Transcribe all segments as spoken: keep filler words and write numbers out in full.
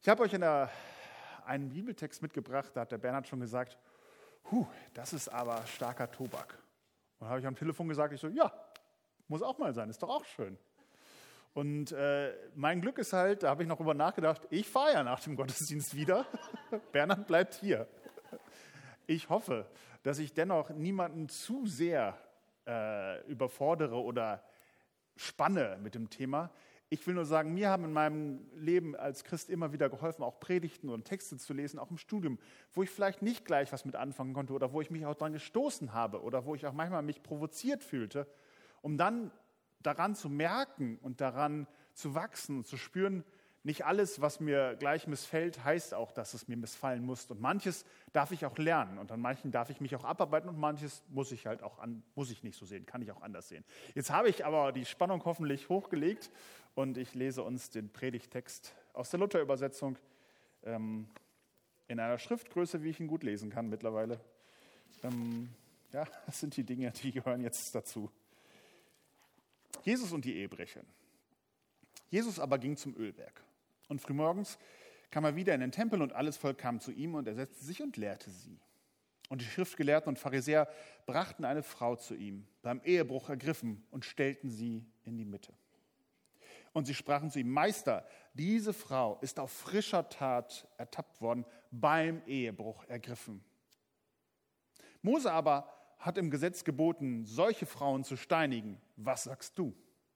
Ich habe euch in der, einen Bibeltext mitgebracht, da hat der Bernhard schon gesagt, Huh, das ist aber starker Tobak. Und dann habe ich am Telefon gesagt, ich so, ja, muss auch mal sein, ist doch auch schön. Und äh, mein Glück ist halt, da habe ich noch drüber nachgedacht, ich fahre ja nach dem Gottesdienst wieder. Bernhard bleibt hier. Ich hoffe, dass ich dennoch niemanden zu sehr äh, überfordere oder spanne mit dem Thema. Ich will nur sagen, mir haben in meinem Leben als Christ immer wieder geholfen, auch Predigten und Texte zu lesen, auch im Studium, wo ich vielleicht nicht gleich was mit anfangen konnte oder wo ich mich auch dran gestoßen habe oder wo ich auch manchmal mich provoziert fühlte, um dann daran zu merken und daran zu wachsen und zu spüren, nicht alles, was mir gleich missfällt, heißt auch, dass es mir missfallen muss. Und manches darf ich auch lernen und an manchen darf ich mich auch abarbeiten und manches muss ich halt auch an, muss ich nicht so sehen, kann ich auch anders sehen. Jetzt habe ich aber die Spannung hoffentlich hochgelegt und ich lese uns den Predigttext aus der Luther-Übersetzung ähm, in einer Schriftgröße, wie ich ihn gut lesen kann mittlerweile. Ähm, ja, das sind die Dinge, die gehören jetzt dazu. Jesus und die Ehebrecherin. Jesus aber ging zum Ölberg. Und frühmorgens kam er wieder in den Tempel und alles Volk kam zu ihm und er setzte sich und lehrte sie. Und die Schriftgelehrten und Pharisäer brachten eine Frau zu ihm, beim Ehebruch ergriffen und stellten sie in die Mitte. Und sie sprachen zu ihm, Meister, diese Frau ist auf frischer Tat ertappt worden, beim Ehebruch ergriffen. Mose aber hat im Gesetz geboten, solche Frauen zu steinigen. Was sagst du?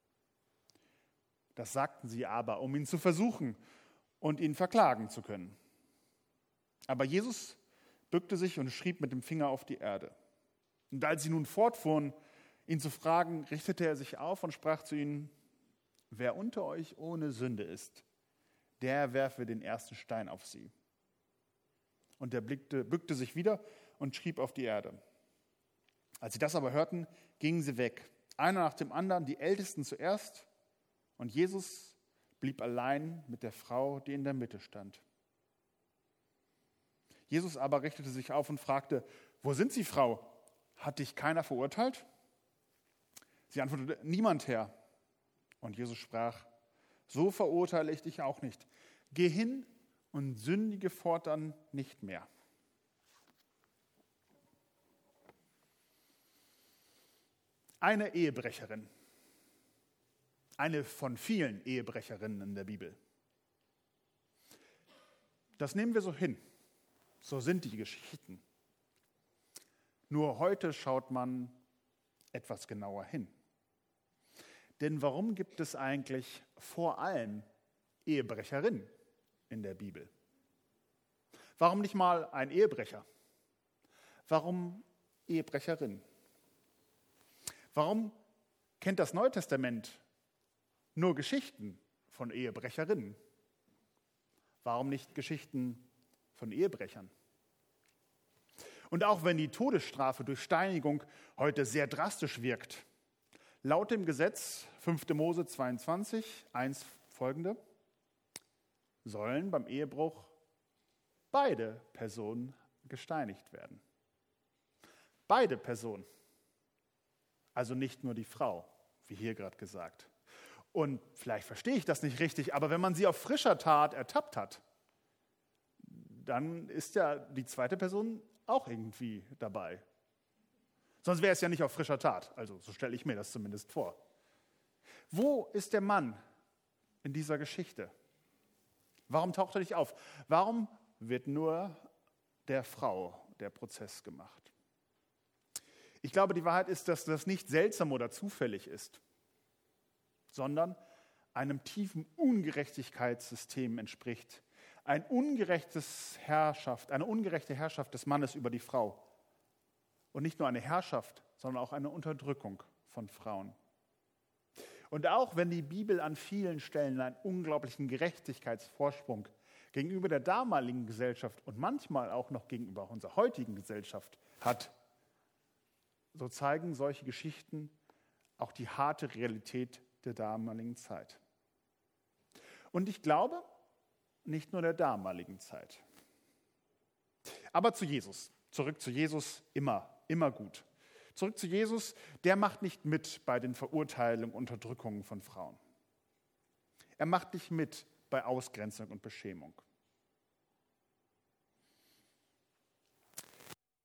Das sagten sie aber, um ihn zu versuchen und ihn verklagen zu können. Aber Jesus bückte sich und schrieb mit dem Finger auf die Erde. Und als sie nun fortfuhren, ihn zu fragen, richtete er sich auf und sprach zu ihnen, wer unter euch ohne Sünde ist, der werfe den ersten Stein auf sie. Und er blickte, bückte sich wieder und schrieb auf die Erde. Als sie das aber hörten, gingen sie weg, einer nach dem anderen, die Ältesten zuerst. Und Jesus blieb allein mit der Frau, die in der Mitte stand. Jesus aber richtete sich auf und fragte, wo sind Sie, Frau? Hat dich keiner verurteilt? Sie antwortete, niemand, Herr. Und Jesus sprach, so verurteile ich dich auch nicht. Geh hin und sündige fortan nicht mehr. Eine Ehebrecherin. Eine von vielen Ehebrecherinnen in der Bibel. Das nehmen wir so hin. So sind die Geschichten. Nur heute schaut man etwas genauer hin. Denn warum gibt es eigentlich vor allem Ehebrecherinnen in der Bibel? Warum nicht mal ein Ehebrecher? Warum Ehebrecherin? Warum kennt das Neue Testament nur Geschichten von Ehebrecherinnen? Warum nicht Geschichten von Ehebrechern? Und auch wenn die Todesstrafe durch Steinigung heute sehr drastisch wirkt, laut dem Gesetz fünfter Mose zweiundzwanzig, eins folgende, sollen beim Ehebruch beide Personen gesteinigt werden. Beide Personen. Also nicht nur die Frau, wie hier gerade gesagt. Und vielleicht verstehe ich das nicht richtig, aber wenn man sie auf frischer Tat ertappt hat, dann ist ja die zweite Person auch irgendwie dabei. Sonst wäre es ja nicht auf frischer Tat. Also so stelle ich mir das zumindest vor. Wo ist der Mann in dieser Geschichte? Warum taucht er nicht auf? Warum wird nur der Frau der Prozess gemacht? Ich glaube, die Wahrheit ist, dass das nicht seltsam oder zufällig ist, sondern einem tiefen Ungerechtigkeitssystem entspricht. Ein ungerechtes Herrschaft, eine ungerechte Herrschaft des Mannes über die Frau. Und nicht nur eine Herrschaft, sondern auch eine Unterdrückung von Frauen. Und auch wenn die Bibel an vielen Stellen einen unglaublichen Gerechtigkeitsvorsprung gegenüber der damaligen Gesellschaft und manchmal auch noch gegenüber unserer heutigen Gesellschaft hat, so zeigen solche Geschichten auch die harte Realität der damaligen Zeit. Und ich glaube, nicht nur der damaligen Zeit. Aber zu Jesus. Zurück zu Jesus, immer, immer gut. Zurück zu Jesus, der macht nicht mit bei den Verurteilungen und Unterdrückungen von Frauen. Er macht nicht mit bei Ausgrenzung und Beschämung.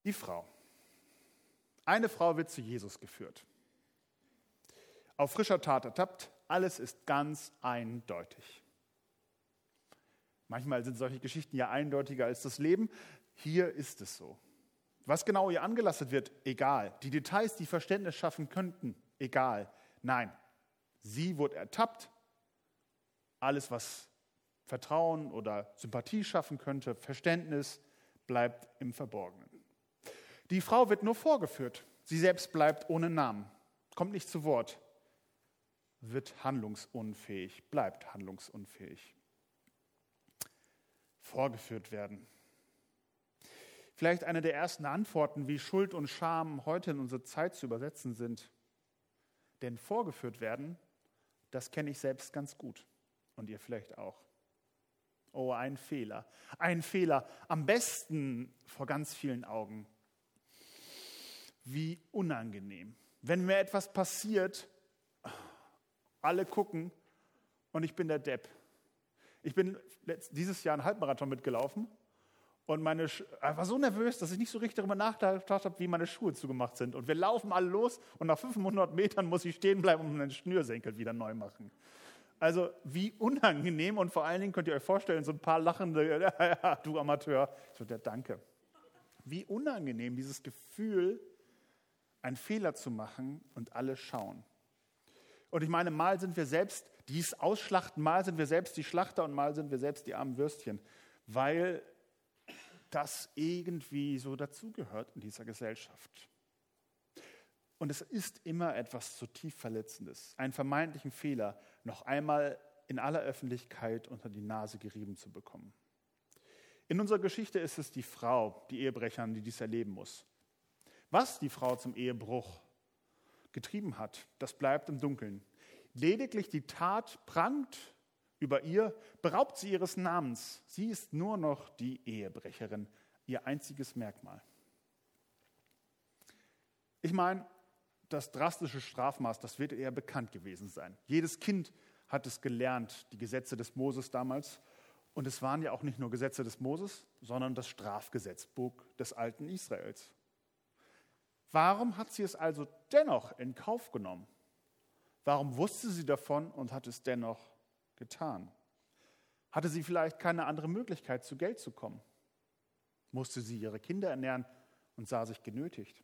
Die Frau. Eine Frau wird zu Jesus geführt. Auf frischer Tat ertappt, alles ist ganz eindeutig. Manchmal sind solche Geschichten ja eindeutiger als das Leben. Hier ist es so. Was genau ihr angelastet wird, egal. Die Details, die Verständnis schaffen könnten, egal. Nein, sie wurde ertappt. Alles, was Vertrauen oder Sympathie schaffen könnte, Verständnis, bleibt im Verborgenen. Die Frau wird nur vorgeführt. Sie selbst bleibt ohne Namen, kommt nicht zu Wort, wird handlungsunfähig, bleibt handlungsunfähig. Vorgeführt werden. Vielleicht eine der ersten Antworten, wie Schuld und Scham heute in unsere Zeit zu übersetzen sind. Denn vorgeführt werden, das kenne ich selbst ganz gut. Und ihr vielleicht auch. Oh, ein Fehler. Ein Fehler. Am besten vor ganz vielen Augen. Wie unangenehm. Wenn mir etwas passiert, alle gucken und ich bin der Depp. Ich bin dieses Jahr einen Halbmarathon mitgelaufen und meine Sch- ich war so nervös, dass ich nicht so richtig darüber nachgedacht habe, wie meine Schuhe zugemacht sind. Und wir laufen alle los und nach fünfhundert Metern muss ich stehen bleiben und meinen Schnürsenkel wieder neu machen. Also wie unangenehm und vor allen Dingen könnt ihr euch vorstellen, so ein paar lachende, ja, du Amateur. Ich so, der danke. Wie unangenehm dieses Gefühl, einen Fehler zu machen und alle schauen. Und ich meine, mal sind wir selbst dies Ausschlachten, mal sind wir selbst die Schlachter und mal sind wir selbst die armen Würstchen, weil das irgendwie so dazugehört in dieser Gesellschaft. Und es ist immer etwas zutiefst Verletzendes, einen vermeintlichen Fehler noch einmal in aller Öffentlichkeit unter die Nase gerieben zu bekommen. In unserer Geschichte ist es die Frau, die Ehebrecherin, die dies erleben muss. Was die Frau zum Ehebruch getrieben hat, das bleibt im Dunkeln. Lediglich die Tat prangt über ihr, beraubt sie ihres Namens. Sie ist nur noch die Ehebrecherin, ihr einziges Merkmal. Ich meine, das drastische Strafmaß, das wird eher bekannt gewesen sein. Jedes Kind hat es gelernt, die Gesetze des Moses damals. Und es waren ja auch nicht nur Gesetze des Moses, sondern das Strafgesetzbuch des alten Israels. Warum hat sie es also dennoch in Kauf genommen? Warum wusste sie davon und hat es dennoch getan? Hatte sie vielleicht keine andere Möglichkeit, zu Geld zu kommen? Musste sie ihre Kinder ernähren und sah sich genötigt?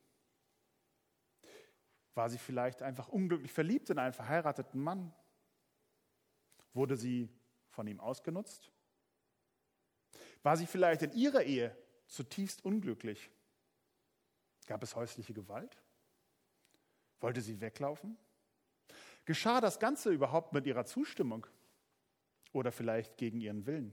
War sie vielleicht einfach unglücklich verliebt in einen verheirateten Mann? Wurde sie von ihm ausgenutzt? War sie vielleicht in ihrer Ehe zutiefst unglücklich? Gab es häusliche Gewalt? Wollte sie weglaufen? Geschah das Ganze überhaupt mit ihrer Zustimmung oder vielleicht gegen ihren Willen?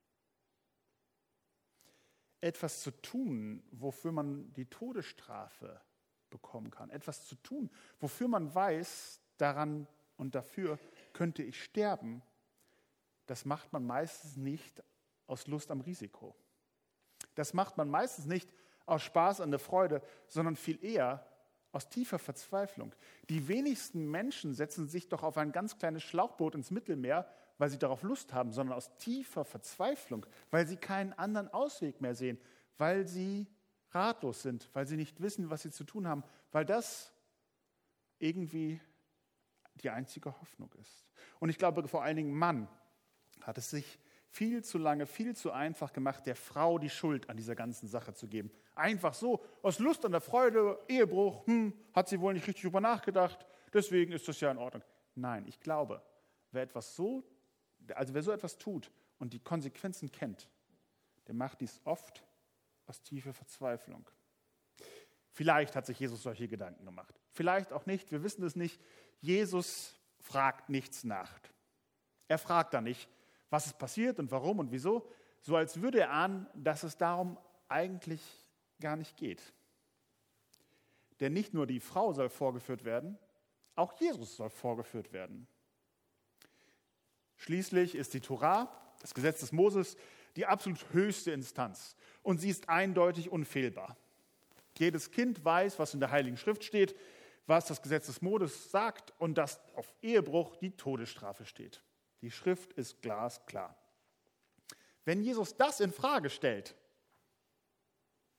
Etwas zu tun, wofür man die Todesstrafe bekommen kann. Etwas zu tun, wofür man weiß, daran und dafür könnte ich sterben, das macht man meistens nicht aus Lust am Risiko. Das macht man meistens nicht aus Spaß an der Freude, sondern viel eher aus tiefer Verzweiflung. Die wenigsten Menschen setzen sich doch auf ein ganz kleines Schlauchboot ins Mittelmeer, weil sie darauf Lust haben, sondern aus tiefer Verzweiflung, weil sie keinen anderen Ausweg mehr sehen, weil sie ratlos sind, weil sie nicht wissen, was sie zu tun haben, weil das irgendwie die einzige Hoffnung ist. Und ich glaube, vor allen Dingen Mann hat es sich viel zu lange, viel zu einfach gemacht, der Frau die Schuld an dieser ganzen Sache zu geben. Einfach so, aus Lust an der Freude, Ehebruch, hm, hat sie wohl nicht richtig drüber nachgedacht, deswegen ist das ja in Ordnung. Nein, ich glaube, wer etwas so, also wer so etwas tut und die Konsequenzen kennt, der macht dies oft aus tiefer Verzweiflung. Vielleicht hat sich Jesus solche Gedanken gemacht. Vielleicht auch nicht, wir wissen es nicht. Jesus fragt nichts nach. Er fragt da nicht, was ist passiert und warum und wieso, so als würde er ahnen, dass es darum eigentlich gar nicht geht. Denn nicht nur die Frau soll vorgeführt werden, auch Jesus soll vorgeführt werden. Schließlich ist die Tora, das Gesetz des Moses, die absolut höchste Instanz und sie ist eindeutig unfehlbar. Jedes Kind weiß, was in der Heiligen Schrift steht, was das Gesetz des Moses sagt und dass auf Ehebruch die Todesstrafe steht. Die Schrift ist glasklar. Wenn Jesus das in Frage stellt,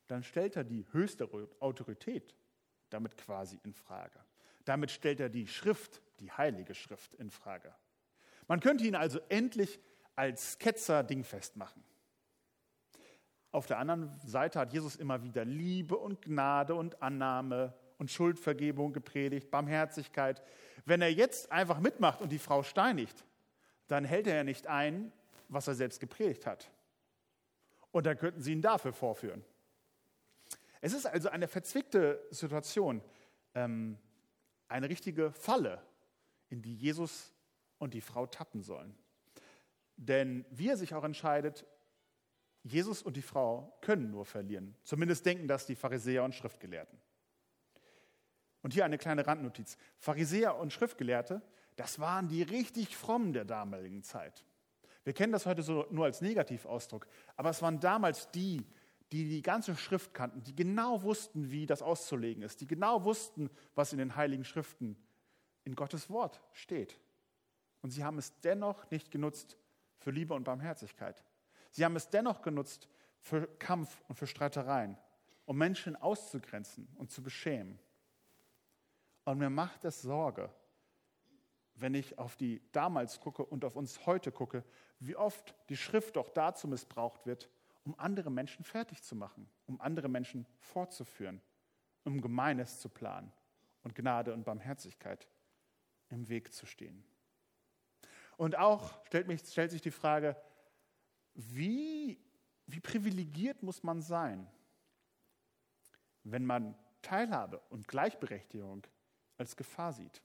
dann stellt er die höchste Autorität damit quasi in Frage. Damit stellt er die Schrift, die Heilige Schrift, in Frage. Man könnte ihn also endlich als Ketzer dingfest machen. Auf der anderen Seite hat Jesus immer wieder Liebe und Gnade und Annahme und Schuldvergebung gepredigt, Barmherzigkeit. Wenn er jetzt einfach mitmacht und die Frau steinigt, dann hält er ja nicht ein, was er selbst gepredigt hat. Und dann könnten sie ihn dafür vorführen. Es ist also eine verzwickte Situation, ähm, eine richtige Falle, in die Jesus und die Frau tappen sollen. Denn wie er sich auch entscheidet, Jesus und die Frau können nur verlieren. Zumindest denken das die Pharisäer und Schriftgelehrten. Und hier eine kleine Randnotiz. Pharisäer und Schriftgelehrte, das waren die richtig frommen der damaligen Zeit. Wir kennen das heute so nur als Negativausdruck, aber es waren damals die, die die ganze Schrift kannten, die genau wussten, wie das auszulegen ist, die genau wussten, was in den Heiligen Schriften in Gottes Wort steht. Und sie haben es dennoch nicht genutzt für Liebe und Barmherzigkeit. Sie haben es dennoch genutzt für Kampf und für Streitereien, um Menschen auszugrenzen und zu beschämen. Und mir macht es Sorge, wenn ich auf die damals gucke und auf uns heute gucke, wie oft die Schrift doch dazu missbraucht wird, um andere Menschen fertig zu machen, um andere Menschen fortzuführen, um Gemeines zu planen und Gnade und Barmherzigkeit im Weg zu stehen. Und auch stellt, mich, stellt sich die Frage, wie, wie privilegiert muss man sein, wenn man Teilhabe und Gleichberechtigung als Gefahr sieht.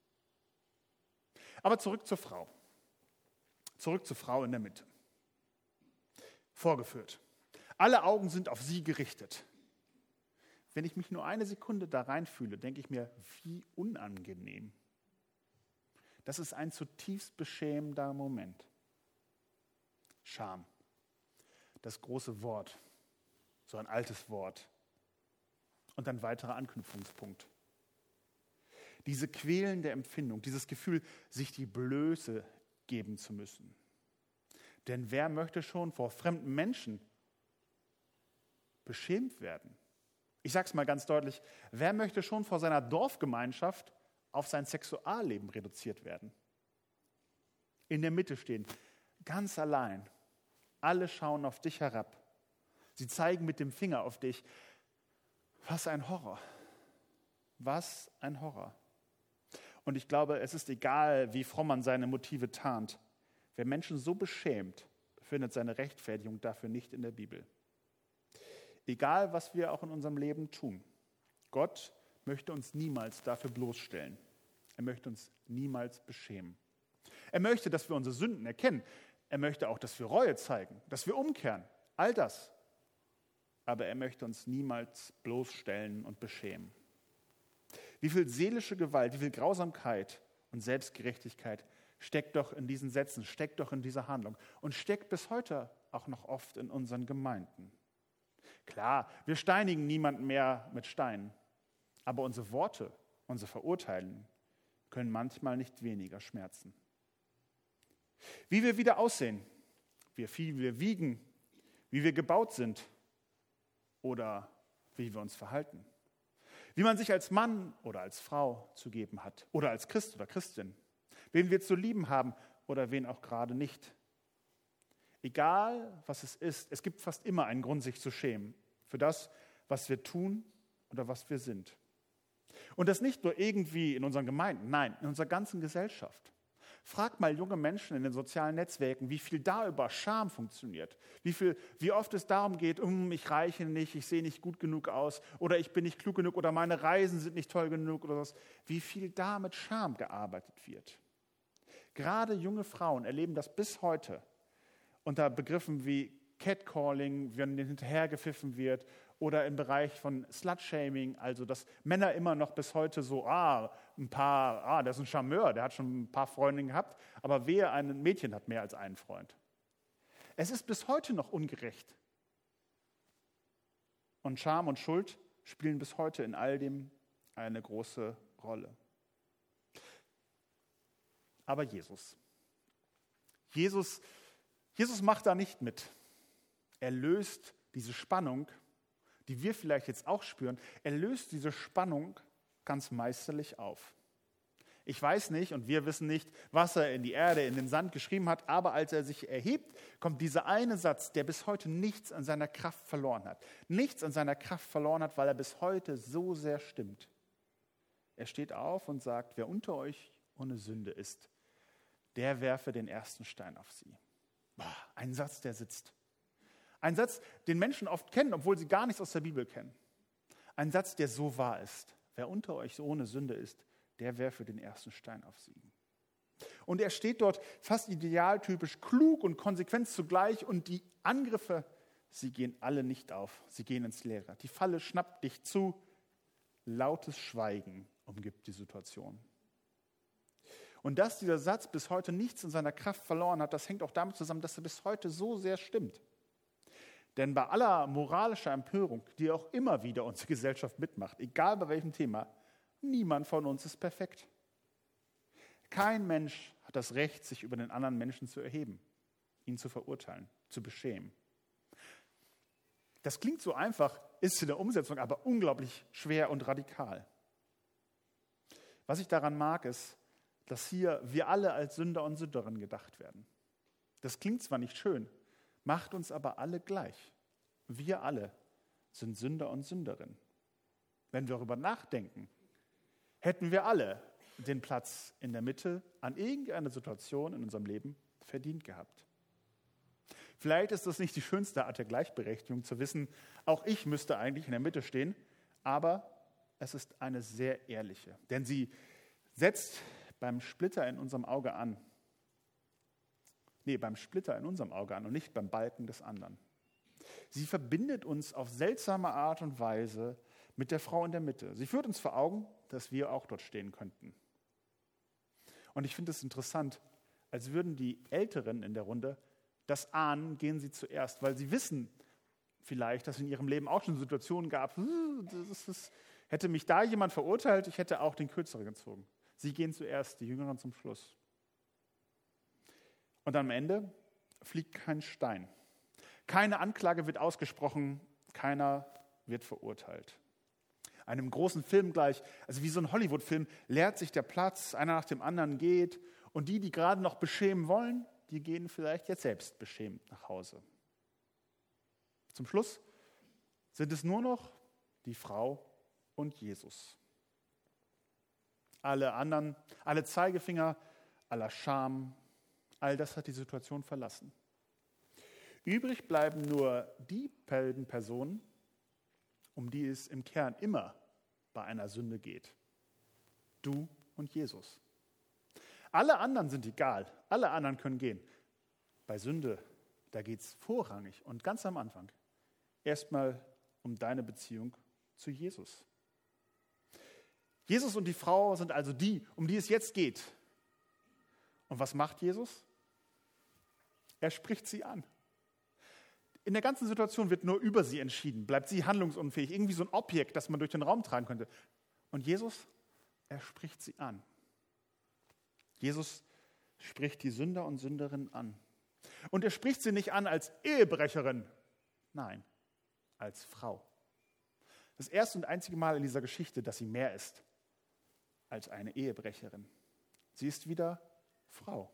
Aber zurück zur Frau. Zurück zur Frau in der Mitte. Vorgeführt. Alle Augen sind auf sie gerichtet. Wenn ich mich nur eine Sekunde da reinfühle, denke ich mir, wie unangenehm. Das ist ein zutiefst beschämender Moment. Scham. Das große Wort. So ein altes Wort. Und ein weiterer Anknüpfungspunkt. Diese quälende Empfindung, dieses Gefühl, sich die Blöße geben zu müssen. Denn wer möchte schon vor fremden Menschen beschämt werden? Ich sage es mal ganz deutlich, wer möchte schon vor seiner Dorfgemeinschaft auf sein Sexualleben reduziert werden? In der Mitte stehen, ganz allein. Alle schauen auf dich herab. Sie zeigen mit dem Finger auf dich. Was ein Horror. Was ein Horror. Und ich glaube, es ist egal, wie fromm man seine Motive tarnt. Wer Menschen so beschämt, findet seine Rechtfertigung dafür nicht in der Bibel. Egal, was wir auch in unserem Leben tun. Gott möchte uns niemals dafür bloßstellen. Er möchte uns niemals beschämen. Er möchte, dass wir unsere Sünden erkennen. Er möchte auch, dass wir Reue zeigen, dass wir umkehren. All das. Aber er möchte uns niemals bloßstellen und beschämen. Wie viel seelische Gewalt, wie viel Grausamkeit und Selbstgerechtigkeit steckt doch in diesen Sätzen, steckt doch in dieser Handlung und steckt bis heute auch noch oft in unseren Gemeinden. Klar, wir steinigen niemanden mehr mit Steinen, aber unsere Worte, unser Verurteilen können manchmal nicht weniger schmerzen. Wie wir wieder aussehen, wie viel wir wiegen, wie wir gebaut sind oder wie wir uns verhalten. Wie man sich als Mann oder als Frau zu geben hat oder als Christ oder Christin. Wen wir zu lieben haben oder wen auch gerade nicht. Egal, was es ist, es gibt fast immer einen Grund, sich zu schämen für das, was wir tun oder was wir sind. Und das nicht nur irgendwie in unseren Gemeinden, nein, in unserer ganzen Gesellschaft. Frag mal junge Menschen in den sozialen Netzwerken, wie viel da über Scham funktioniert. Wie viel, wie oft es darum geht, um, ich reiche nicht, ich sehe nicht gut genug aus oder ich bin nicht klug genug oder meine Reisen sind nicht toll genug oder was. Wie viel da mit Scham gearbeitet wird. Gerade junge Frauen erleben das bis heute unter Begriffen wie Catcalling, wenn denen hinterhergepfiffen wird, oder im Bereich von Slutshaming, also dass Männer immer noch bis heute so, ah, ein paar, ah, der ist ein Charmeur, der hat schon ein paar Freundinnen gehabt, aber wehe, ein Mädchen hat mehr als einen Freund. Es ist bis heute noch ungerecht. Und Scham und Schuld spielen bis heute in all dem eine große Rolle. Aber Jesus, Jesus, Jesus macht da nicht mit. Er löst diese Spannung, die wir vielleicht jetzt auch spüren, er löst diese Spannung ganz meisterlich auf. Ich weiß nicht und wir wissen nicht, was er in die Erde, in den Sand geschrieben hat, aber als er sich erhebt, kommt dieser eine Satz, der bis heute nichts an seiner Kraft verloren hat. Nichts an seiner Kraft verloren hat, weil er bis heute so sehr stimmt. Er steht auf und sagt, wer unter euch ohne Sünde ist, der werfe den ersten Stein auf sie. Boah, ein Satz, der sitzt. Ein Satz, den Menschen oft kennen, obwohl sie gar nichts aus der Bibel kennen. Ein Satz, der so wahr ist. Wer unter euch ohne Sünde ist, der werfe den ersten Stein auf sie. Und er steht dort fast idealtypisch klug und konsequent zugleich und die Angriffe, sie gehen alle nicht auf, sie gehen ins Leere. Die Falle schnappt dich zu, lautes Schweigen umgibt die Situation. Und dass dieser Satz bis heute nichts in seiner Kraft verloren hat, das hängt auch damit zusammen, dass er bis heute so sehr stimmt. Denn bei aller moralischer Empörung, die auch immer wieder unsere Gesellschaft mitmacht, egal bei welchem Thema, niemand von uns ist perfekt. Kein Mensch hat das Recht, sich über den anderen Menschen zu erheben, ihn zu verurteilen, zu beschämen. Das klingt so einfach, ist in der Umsetzung aber unglaublich schwer und radikal. Was ich daran mag, ist, dass hier wir alle als Sünder und Sünderinnen gedacht werden. Das klingt zwar nicht schön, macht uns aber alle gleich. Wir alle sind Sünder und Sünderinnen. Wenn wir darüber nachdenken, hätten wir alle den Platz in der Mitte an irgendeiner Situation in unserem Leben verdient gehabt. Vielleicht ist das nicht die schönste Art der Gleichberechtigung, zu wissen, auch ich müsste eigentlich in der Mitte stehen, aber es ist eine sehr ehrliche, denn sie setzt beim Splitter in unserem Auge an. Nee, beim Splitter in unserem Auge an und nicht beim Balken des anderen. Sie verbindet uns auf seltsame Art und Weise mit der Frau in der Mitte. Sie führt uns vor Augen, dass wir auch dort stehen könnten. Und ich finde es interessant, als würden die Älteren in der Runde das ahnen, gehen sie zuerst, weil sie wissen vielleicht, dass es in ihrem Leben auch schon Situationen gab, das ist, hätte mich da jemand verurteilt, ich hätte auch den Kürzeren gezogen. Sie gehen zuerst, die Jüngeren zum Schluss. Und am Ende fliegt kein Stein. Keine Anklage wird ausgesprochen, keiner wird verurteilt. Einem großen Film gleich, also wie so ein Hollywood-Film, leert sich der Platz, einer nach dem anderen geht und die, die gerade noch beschämen wollen, die gehen vielleicht jetzt selbst beschämt nach Hause. Zum Schluss sind es nur noch die Frau und Jesus. Alle anderen, alle Zeigefinger, aller Scham, all das hat die Situation verlassen. Übrig bleiben nur die beiden Personen, um die es im Kern immer bei einer Sünde geht. Du und Jesus. Alle anderen sind egal, alle anderen können gehen. Bei Sünde, da geht es vorrangig und ganz am Anfang erstmal um deine Beziehung zu Jesus. Jesus und die Frau sind also die, um die es jetzt geht. Und was macht Jesus? Er spricht sie an. In der ganzen Situation wird nur über sie entschieden. Bleibt sie handlungsunfähig, irgendwie so ein Objekt, das man durch den Raum tragen könnte. Und Jesus, er spricht sie an. Jesus spricht die Sünder und Sünderinnen an. Und er spricht sie nicht an als Ehebrecherin, nein, als Frau. Das erste und einzige Mal in dieser Geschichte, dass sie mehr ist als eine Ehebrecherin. Sie ist wieder Frau.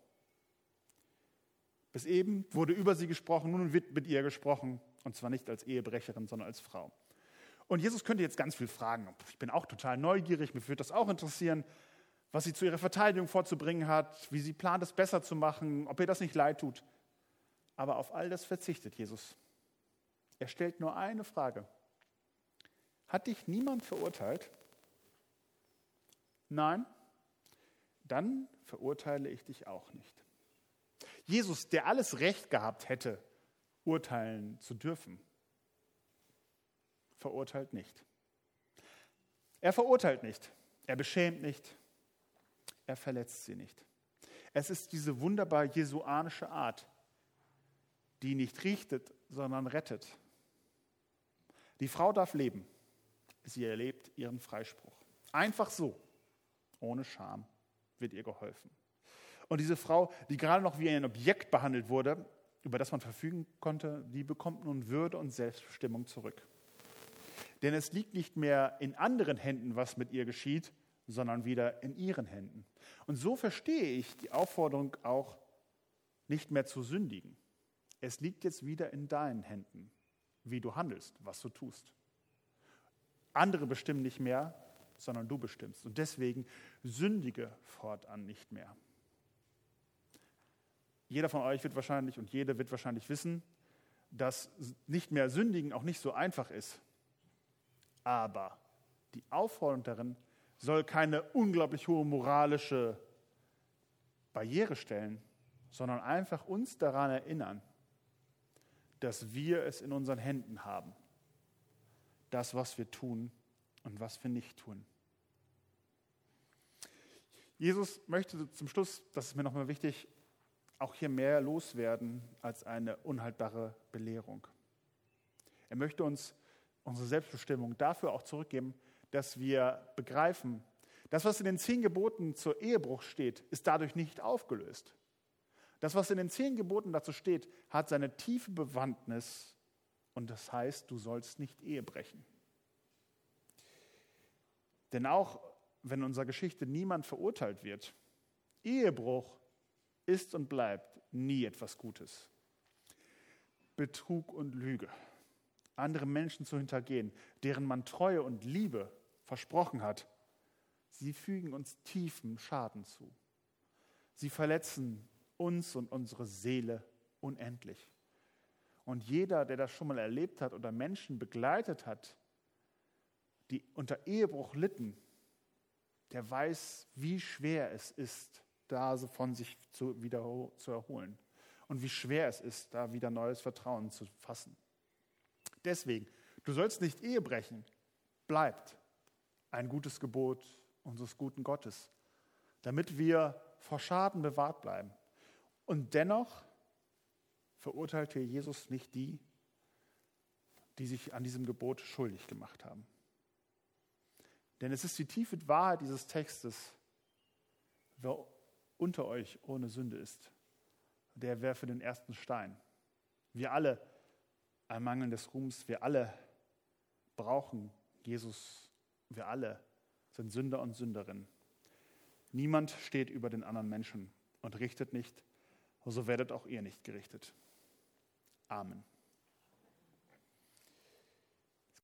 Bis eben wurde über sie gesprochen, nun wird mit ihr gesprochen, und zwar nicht als Ehebrecherin, sondern als Frau. Und Jesus könnte jetzt ganz viel fragen. Ich bin auch total neugierig, mich würde das auch interessieren, was sie zu ihrer Verteidigung vorzubringen hat, wie sie plant, es besser zu machen, ob ihr das nicht leid tut. Aber auf all das verzichtet Jesus. Er stellt nur eine Frage. Hat dich niemand verurteilt? Nein? Dann verurteile ich dich auch nicht. Jesus, der alles Recht gehabt hätte, urteilen zu dürfen, verurteilt nicht. Er verurteilt nicht, er beschämt nicht, er verletzt sie nicht. Es ist diese wunderbar jesuanische Art, die nicht richtet, sondern rettet. Die Frau darf leben, sie erlebt ihren Freispruch. Einfach so, ohne Scham, wird ihr geholfen. Und diese Frau, die gerade noch wie ein Objekt behandelt wurde, über das man verfügen konnte, die bekommt nun Würde und Selbstbestimmung zurück. Denn es liegt nicht mehr in anderen Händen, was mit ihr geschieht, sondern wieder in ihren Händen. Und so verstehe ich die Aufforderung auch, nicht mehr zu sündigen. Es liegt jetzt wieder in deinen Händen, wie du handelst, was du tust. Andere bestimmen nicht mehr, sondern du bestimmst. Und deswegen sündige fortan nicht mehr. Jeder von euch wird wahrscheinlich und jede wird wahrscheinlich wissen, dass nicht mehr sündigen auch nicht so einfach ist. Aber die Aufforderung darin soll keine unglaublich hohe moralische Barriere stellen, sondern einfach uns daran erinnern, dass wir es in unseren Händen haben. Das, was wir tun und was wir nicht tun. Jesus möchte zum Schluss, das ist mir nochmal wichtig, auch hier mehr loswerden als eine unhaltbare Belehrung. Er möchte uns unsere Selbstbestimmung dafür auch zurückgeben, dass wir begreifen, das, was in den zehn Geboten zur Ehebruch steht, ist dadurch nicht aufgelöst. Das, was in den zehn Geboten dazu steht, hat seine tiefe Bewandtnis und das heißt, du sollst nicht Ehe brechen. Denn auch wenn in unserer Geschichte niemand verurteilt wird, Ehebruch ist und bleibt nie etwas Gutes. Betrug und Lüge, andere Menschen zu hintergehen, deren man Treue und Liebe versprochen hat, sie fügen uns tiefen Schaden zu. Sie verletzen uns und unsere Seele unendlich. Und jeder, der das schon mal erlebt hat oder Menschen begleitet hat, die unter Ehebruch litten, der weiß, wie schwer es ist, da so von sich zu, wieder zu erholen. Und wie schwer es ist, da wieder neues Vertrauen zu fassen. Deswegen, du sollst nicht Ehe brechen, bleibt ein gutes Gebot unseres guten Gottes, damit wir vor Schaden bewahrt bleiben. Und dennoch verurteilt hier Jesus nicht die, die sich an diesem Gebot schuldig gemacht haben. Denn es ist die tiefe Wahrheit dieses Textes, wer unter euch ohne Sünde ist, der werfe den ersten Stein. Wir alle, ein Mangel des Ruhms, wir alle brauchen Jesus, wir alle sind Sünder und Sünderinnen. Niemand steht über den anderen Menschen und richtet nicht, so werdet auch ihr nicht gerichtet. Amen.